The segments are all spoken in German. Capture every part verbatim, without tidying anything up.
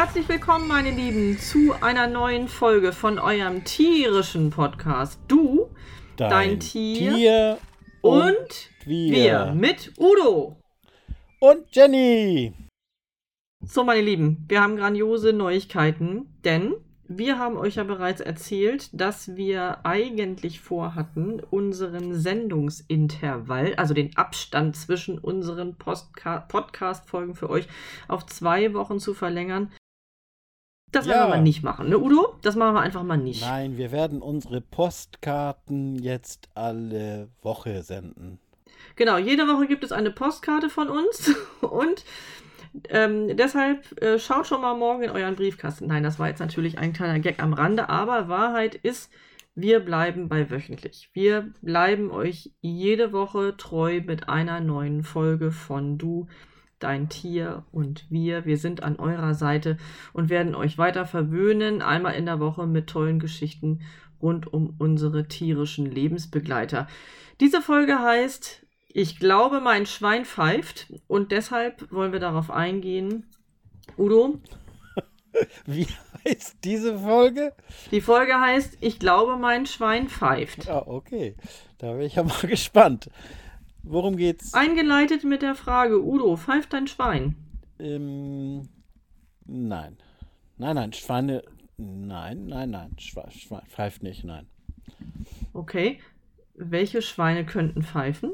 Herzlich willkommen, meine Lieben, zu einer neuen Folge von eurem tierischen Podcast. Du, dein, dein Tier, Tier und, und wir. wir mit Udo und Jenny. So, meine Lieben, wir haben grandiose Neuigkeiten, denn wir haben euch ja bereits erzählt, dass wir eigentlich vorhatten, unseren Sendungsintervall, also den Abstand zwischen unseren Postka- Podcast-Folgen für euch, auf zwei Wochen zu verlängern. Das werden Ja. wir mal nicht machen, ne Udo? Das machen wir einfach mal nicht. Nein, wir werden unsere Postkarten jetzt alle Woche senden. Genau, jede Woche gibt es eine Postkarte von uns und ähm, deshalb äh, schaut schon mal morgen in euren Briefkasten. Nein, das war jetzt natürlich ein kleiner Gag am Rande, aber Wahrheit ist, wir bleiben bei wöchentlich. Wir bleiben euch jede Woche treu mit einer neuen Folge von Du, dein Tier und wir. Wir sind an eurer Seite und werden euch weiter verwöhnen, einmal in der Woche mit tollen Geschichten rund um unsere tierischen Lebensbegleiter. Diese Folge heißt Ich glaube, mein Schwein pfeift und deshalb wollen wir darauf eingehen. Udo? Wie heißt diese Folge? Die Folge heißt Ich glaube, mein Schwein pfeift. Ja, okay. Da bin ich ja mal gespannt. Worum geht's? Eingeleitet mit der Frage, Udo, pfeift dein Schwein? Ähm, nein. Nein, nein, Schweine. Nein, nein, nein. Schwein, Schwein pfeift nicht, nein. Okay. Welche Schweine könnten pfeifen?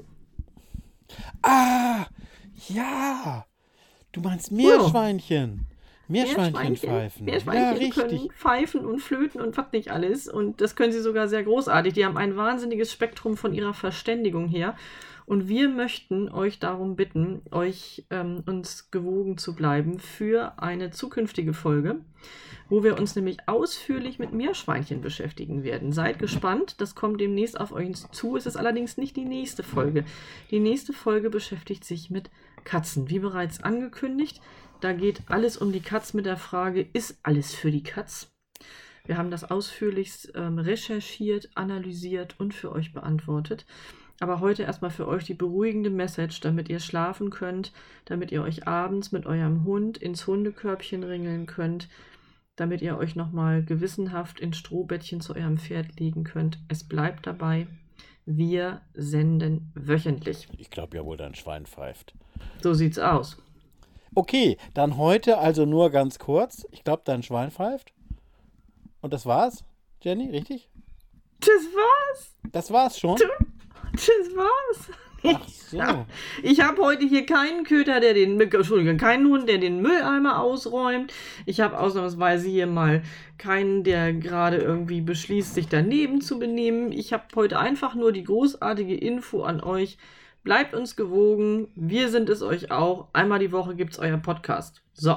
Ah, ja. Du meinst Meerschweinchen. Meerschweinchen pfeifen. Meerschweinchen ja, richtig. können pfeifen und flöten und was nicht alles. Und das können sie sogar sehr großartig. Die haben ein wahnsinniges Spektrum von ihrer Verständigung her. Und wir möchten euch darum bitten, euch ähm, uns gewogen zu bleiben für eine zukünftige Folge, wo wir uns nämlich ausführlich mit Meerschweinchen beschäftigen werden. Seid gespannt, das kommt demnächst auf euch zu. Es ist allerdings nicht die nächste Folge. Die nächste Folge beschäftigt sich mit Katzen. Wie bereits angekündigt, da geht alles um die Katz mit der Frage, ist alles für die Katz? Wir haben das ausführlichst ähm, recherchiert, analysiert und für euch beantwortet. Aber heute erstmal für euch die beruhigende Message, damit ihr schlafen könnt, damit ihr euch abends mit eurem Hund ins Hundekörbchen ringeln könnt, damit ihr euch nochmal gewissenhaft ins Strohbettchen zu eurem Pferd legen könnt. Es bleibt dabei, wir senden wöchentlich. Ich glaube ja wohl, dein Schwein pfeift. So sieht's aus. Okay, dann heute also nur ganz kurz. Ich glaube, dein Schwein pfeift. Und das war's, Jenny, richtig? Das war's. Das war's schon? Das war's. Ach so. Ich habe heute hier keinen Köter, der den, Entschuldigung, keinen Hund, der den Mülleimer ausräumt. Ich habe ausnahmsweise hier mal keinen, der gerade irgendwie beschließt, sich daneben zu benehmen. Ich habe heute einfach nur die großartige Info an euch. Bleibt uns gewogen. Wir sind es euch auch. Einmal die Woche gibt's euer Podcast. So.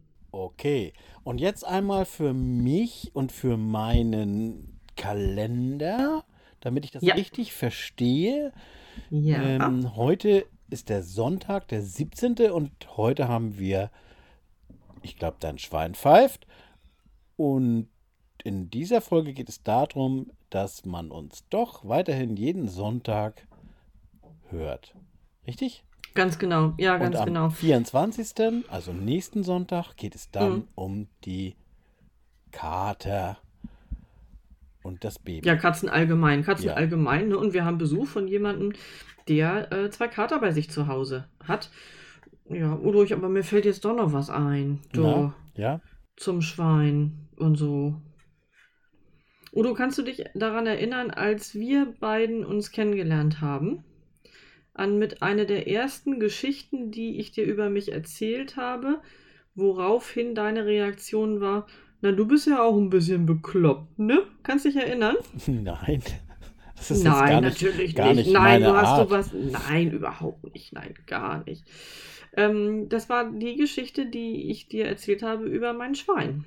Okay. Und jetzt einmal für mich und für meinen Kalender, damit ich das Ja. richtig verstehe. Ja. Ähm, heute ist der Sonntag, der siebzehnte und heute haben wir, ich glaube, dein Schwein pfeift. Und in dieser Folge geht es darum, dass man uns doch weiterhin jeden Sonntag hört. Richtig? Ganz genau. Ja, ganz und am genau. vierundzwanzigsten, also nächsten Sonntag, geht es dann Mhm. um die Kater und das Baby. Ja, Katzen allgemein. Katzen Ja. allgemein. Ne? Und wir haben Besuch von jemandem, der äh, zwei Kater bei sich zu Hause hat. Ja, Udo, ich, aber mir fällt jetzt doch noch was ein. So, Na, ja? zum Schwein und so. Udo, kannst du dich daran erinnern, als wir beiden uns kennengelernt haben? An mit einer der ersten Geschichten, die ich dir über mich erzählt habe, woraufhin deine Reaktion war, na, du bist ja auch ein bisschen bekloppt, ne? Kannst dich erinnern? Nein. Das ist Nein, jetzt gar nicht, natürlich gar nicht. nicht Nein, meine du hast Art. sowas. Nein, überhaupt nicht. Nein, gar nicht. Ähm, das war die Geschichte, die ich dir erzählt habe über mein Schwein.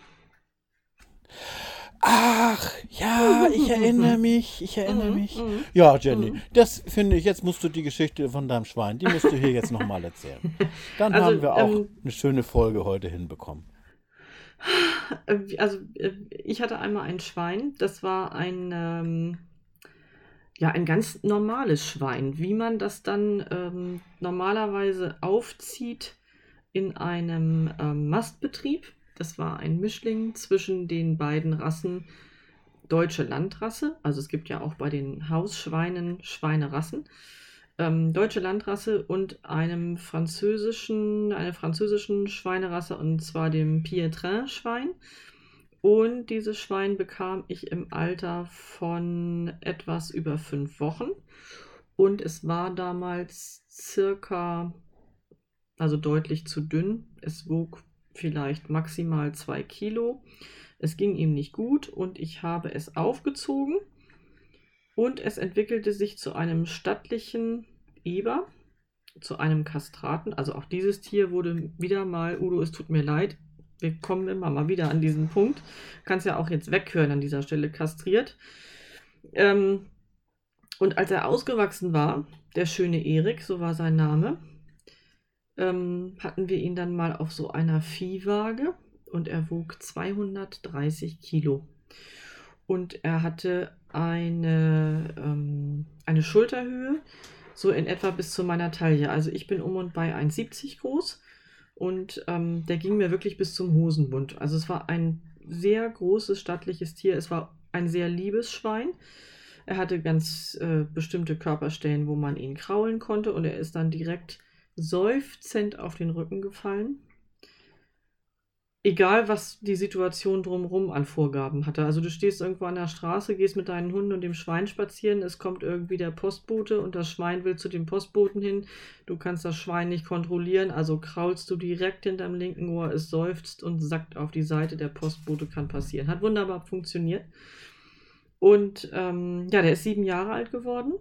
Ach, ja, ich erinnere mich, ich erinnere Mhm, mich. mhm. Ja, Jenny, Mhm. das finde ich, jetzt musst du die Geschichte von deinem Schwein, die musst du hier jetzt nochmal erzählen. Dann Also, haben wir auch ähm, eine schöne Folge heute hinbekommen. Äh, Also, äh, ich hatte einmal ein Schwein, das war ein, ähm, ja, ein ganz normales Schwein, wie man das dann ähm, normalerweise aufzieht in einem ähm, Mastbetrieb. Das war ein Mischling zwischen den beiden Rassen Deutsche Landrasse. Also es gibt ja auch bei den Hausschweinen Schweinerassen. Ähm, Deutsche Landrasse und einem französischen, einer französischen Schweinerasse, und zwar dem Pietrin-Schwein. Und dieses Schwein bekam ich im Alter von etwas über fünf Wochen. Und es war damals circa, also deutlich zu dünn. Es wog vielleicht maximal zwei Kilo. Es ging ihm nicht gut und ich habe es aufgezogen. Und es entwickelte sich zu einem stattlichen Eber, zu einem Kastraten. Also auch dieses Tier wurde wieder mal, Udo, es tut mir leid, wir kommen immer mal wieder an diesen Punkt. Kannst ja auch jetzt weghören an dieser Stelle, kastriert. Ähm, und als er ausgewachsen war, der schöne Erik, so war sein Name, ähm, hatten wir ihn dann mal auf so einer Viehwaage und er wog zweihundertdreißig Kilo. Und er hatte eine, ähm, eine Schulterhöhe, so in etwa bis zu meiner Taille. Also ich bin um und bei eins Komma siebzig groß. Und ähm, der ging mir wirklich bis zum Hosenbund. Also es war ein sehr großes, stattliches Tier. Es war ein sehr liebes Schwein. Er hatte ganz äh, bestimmte Körperstellen, wo man ihn kraulen konnte. Und er ist dann direkt seufzend auf den Rücken gefallen. Egal, was die Situation drumherum an Vorgaben hatte. Also du stehst irgendwo an der Straße, gehst mit deinen Hunden und dem Schwein spazieren, es kommt irgendwie der Postbote und das Schwein will zu dem Postboten hin. Du kannst das Schwein nicht kontrollieren, also kraulst du direkt hinterm linken Ohr, es seufzt und sackt auf die Seite, der Postbote, kann passieren. Hat wunderbar funktioniert. Und ähm, ja, der ist sieben Jahre alt geworden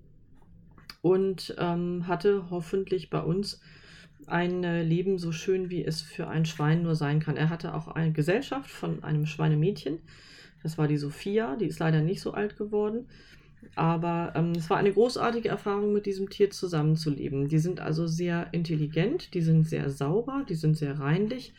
und ähm, hatte hoffentlich bei uns ein Leben so schön, wie es für ein Schwein nur sein kann. Er hatte auch eine Gesellschaft von einem Schweinemädchen. Das war die Sophia, die ist leider nicht so alt geworden. Aber ähm, es war eine großartige Erfahrung, mit diesem Tier zusammenzuleben. Die sind also sehr intelligent, die sind sehr sauber, die sind sehr reinlich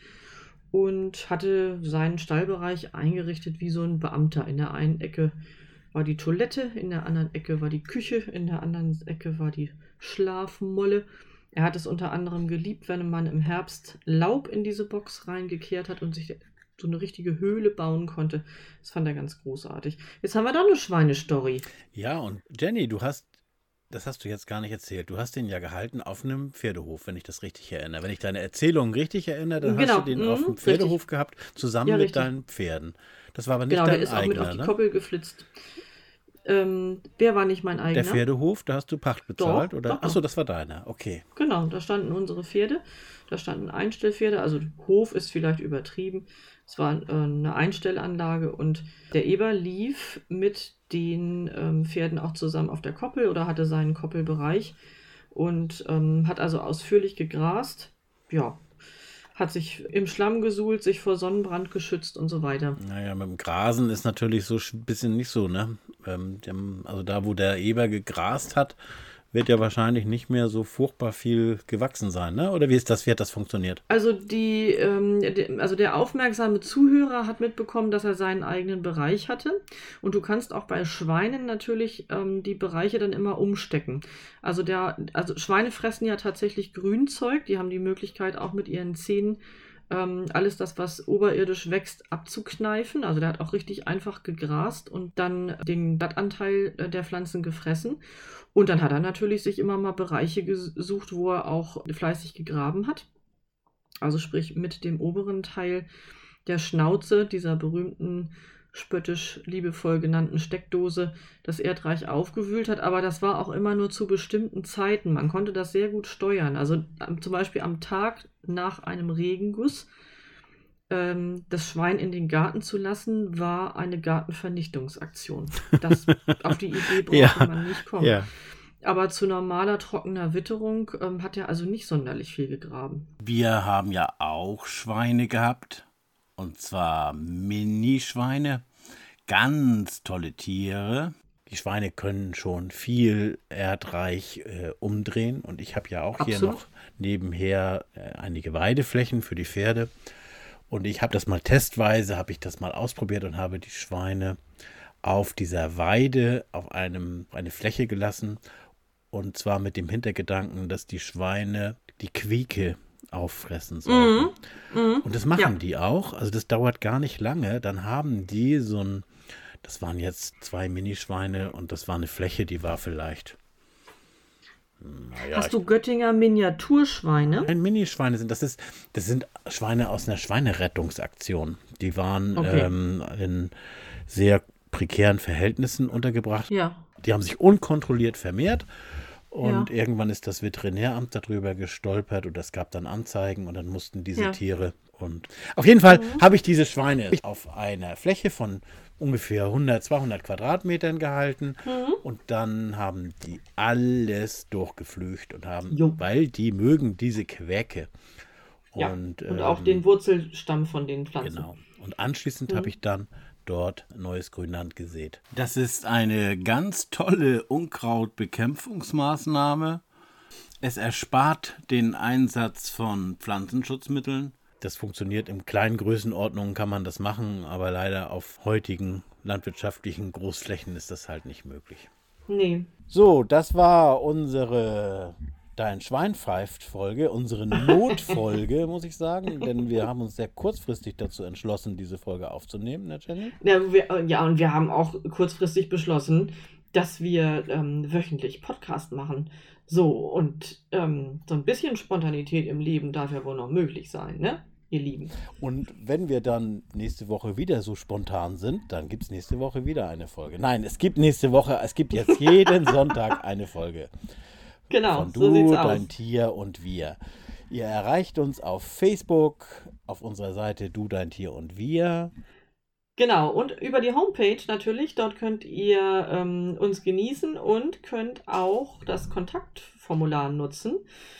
und hatte seinen Stallbereich eingerichtet wie so ein Beamter. In der einen Ecke war die Toilette, in der anderen Ecke war die Küche, in der anderen Ecke war die Schlafmolle. Er hat es unter anderem geliebt, wenn man im Herbst Laub in diese Box reingekehrt hat und sich so eine richtige Höhle bauen konnte. Das fand er ganz großartig. Jetzt haben wir da eine Schweinestory. Ja, und Jenny, du hast, das hast du jetzt gar nicht erzählt, du hast den ja gehalten auf einem Pferdehof, wenn ich das richtig erinnere. Wenn ich deine Erzählung richtig erinnere, dann Genau. hast du den Mhm, auf dem Pferdehof richtig. gehabt, zusammen Ja, mit richtig. deinen Pferden. Das war aber nicht Genau, der dein ist auch mit auf eigener, die ne? Koppel geflitzt. Ähm, der war nicht mein Der eigener. Pferdehof, da hast du Pacht bezahlt, Doch, oder? doch, doch. Achso, das war deiner, okay. Genau, da standen unsere Pferde, da standen Einstellpferde, also Hof ist vielleicht übertrieben. Es war äh, eine Einstellanlage und der Eber lief mit den ähm, Pferden auch zusammen auf der Koppel oder hatte seinen Koppelbereich und ähm, hat also ausführlich gegrast. Ja, hat sich im Schlamm gesuhlt, sich vor Sonnenbrand geschützt und so weiter. Naja, mit dem Grasen ist natürlich so ein bisschen nicht so, ne? Ähm, die haben, also da, wo der Eber gegrast hat, wird ja wahrscheinlich nicht mehr so furchtbar viel gewachsen sein, ne? Oder wie ist das, wie hat das funktioniert? Also, die, ähm, de, also der aufmerksame Zuhörer hat mitbekommen, dass er seinen eigenen Bereich hatte. Und du kannst auch bei Schweinen natürlich ähm, die Bereiche dann immer umstecken. Also, der, also Schweine fressen ja tatsächlich Grünzeug. Die haben die Möglichkeit auch mit ihren Zähnen ähm, alles das, was oberirdisch wächst, abzukneifen. Also der hat auch richtig einfach gegrast und dann den Blattanteil äh, der Pflanzen gefressen. Und dann hat er natürlich sich immer mal Bereiche gesucht, wo er auch fleißig gegraben hat. Also sprich mit dem oberen Teil der Schnauze, dieser berühmten, spöttisch liebevoll genannten Steckdose, das Erdreich aufgewühlt hat. Aber das war auch immer nur zu bestimmten Zeiten. Man konnte das sehr gut steuern. Also ähm, zum Beispiel am Tag nach einem Regenguss ähm, das Schwein in den Garten zu lassen, war eine Gartenvernichtungsaktion. Das, auf die Idee brauchte Ja, man nicht kommen. ja. Aber zu normaler, trockener Witterung ähm, hat er also nicht sonderlich viel gegraben. Wir haben ja auch Schweine gehabt. Und zwar Minischweine. Ganz tolle Tiere. Die Schweine können schon viel Erdreich äh, umdrehen. Und ich habe ja auch hier Absolut. noch nebenher äh, einige Weideflächen für die Pferde. Und ich habe das mal testweise, habe ich das mal ausprobiert und habe die Schweine auf dieser Weide auf einem, eine Fläche gelassen. Und zwar mit dem Hintergedanken, dass die Schweine die Quieke auffressen sollten. Mhm. Mhm. Und das machen Ja. die auch. Also das dauert gar nicht lange. Dann haben die so ein, das waren jetzt zwei Minischweine und das war eine Fläche, die war vielleicht, naja, Hast du Göttinger Miniaturschweine? Nein, Minischweine sind, das ist, das sind Schweine aus einer Schweinerettungsaktion. Die waren Okay. ähm, in sehr prekären Verhältnissen untergebracht. Ja. Die haben sich unkontrolliert vermehrt und Ja. irgendwann ist das Veterinäramt darüber gestolpert und es gab dann Anzeigen und dann mussten diese Ja. Tiere und auf jeden Fall habe ich diese Schweine auf einer Fläche von ungefähr hundert, zweihundert Quadratmetern gehalten und dann haben die alles durchgeflücht und haben, Jo. weil die mögen diese Quäke. Ja. Und, Und auch ähm, den Wurzelstamm von den Pflanzen. Genau. Und anschließend Mhm. habe ich dann dort neues Grünland gesät. Das ist eine ganz tolle Unkrautbekämpfungsmaßnahme. Es erspart den Einsatz von Pflanzenschutzmitteln. Das funktioniert in kleinen Größenordnungen, kann man das machen, aber leider auf heutigen landwirtschaftlichen Großflächen ist das halt nicht möglich. Nee. So, das war unsere Dein Schwein pfeift Folge, unsere Notfolge, muss ich sagen, denn wir haben uns sehr kurzfristig dazu entschlossen, diese Folge aufzunehmen, ne, Jenny? Ja, wir, ja, und wir haben auch kurzfristig beschlossen, dass wir ähm, wöchentlich Podcast machen. So, und ähm, so ein bisschen Spontanität im Leben darf ja wohl noch möglich sein, ne, ihr Lieben? Und wenn wir dann nächste Woche wieder so spontan sind, dann gibt es nächste Woche wieder eine Folge. Nein, es gibt nächste Woche, es gibt jetzt jeden Sonntag eine Folge. Genau, Von so sieht's Du, aus. Dein Tier und Wir. Ihr erreicht uns auf Facebook, auf unserer Seite Du, Dein Tier und Wir. Genau, und über die Homepage natürlich, dort könnt ihr ähm, uns genießen und könnt auch das Kontaktformular nutzen.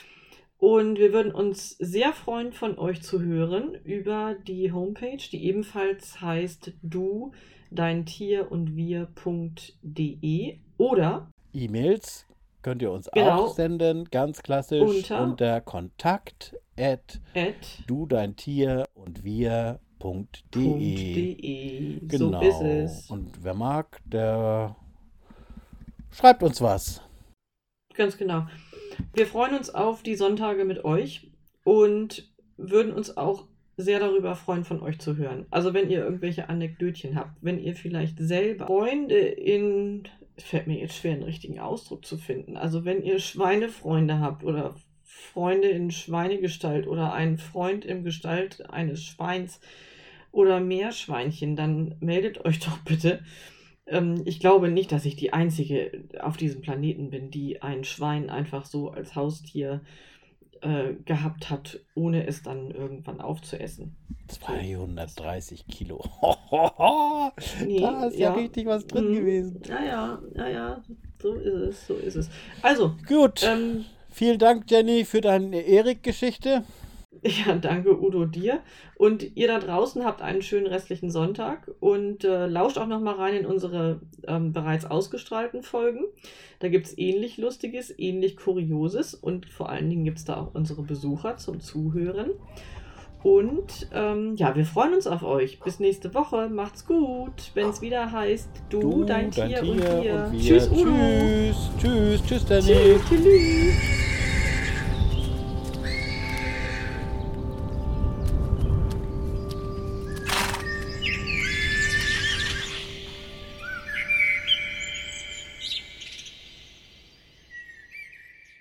Und wir würden uns sehr freuen, von euch zu hören über die Homepage, die ebenfalls heißt du, dein Tier und wir punkt de oder E-Mails könnt ihr uns Genau. auch senden, ganz klassisch Unter- unter kontakt at at du, dein Tier und wir punkt de. .de. Genau. So ist es. Und wer mag, der schreibt uns was. Ganz genau. Wir freuen uns auf die Sonntage mit euch und würden uns auch sehr darüber freuen, von euch zu hören. Also wenn ihr irgendwelche Anekdötchen habt, wenn ihr vielleicht selber Freunde in, es fällt mir jetzt schwer, einen richtigen Ausdruck zu finden, also wenn ihr Schweinefreunde habt oder Freunde in Schweinegestalt oder einen Freund in Gestalt eines Schweins oder Meerschweinchen, dann meldet euch doch bitte. Ähm, ich glaube nicht, dass ich die Einzige auf diesem Planeten bin, die ein Schwein einfach so als Haustier äh, gehabt hat, ohne es dann irgendwann aufzuessen. zweihundertdreißig Kilo. Nee, da ist ja, ja. richtig was drin Mhm. gewesen. Naja, naja, so ist es, so ist es. Also, Gut. ähm, Vielen Dank, Jenny, für deine Erik-Geschichte. ja, danke Udo dir. Und ihr da draußen habt einen schönen restlichen Sonntag und äh, lauscht auch noch mal rein in unsere ähm, bereits ausgestrahlten Folgen. Da gibt es ähnlich Lustiges, ähnlich Kurioses und vor allen Dingen gibt es da auch unsere Besucher zum Zuhören. Und ähm, ja, wir freuen uns auf euch. Bis nächste Woche. Macht's gut, wenn es wieder heißt Du, dein, Tier, und wir. und wir. Tschüss, Udo. Tschüss, tschüss, tschüss, Danny. Tschüss, tschüss.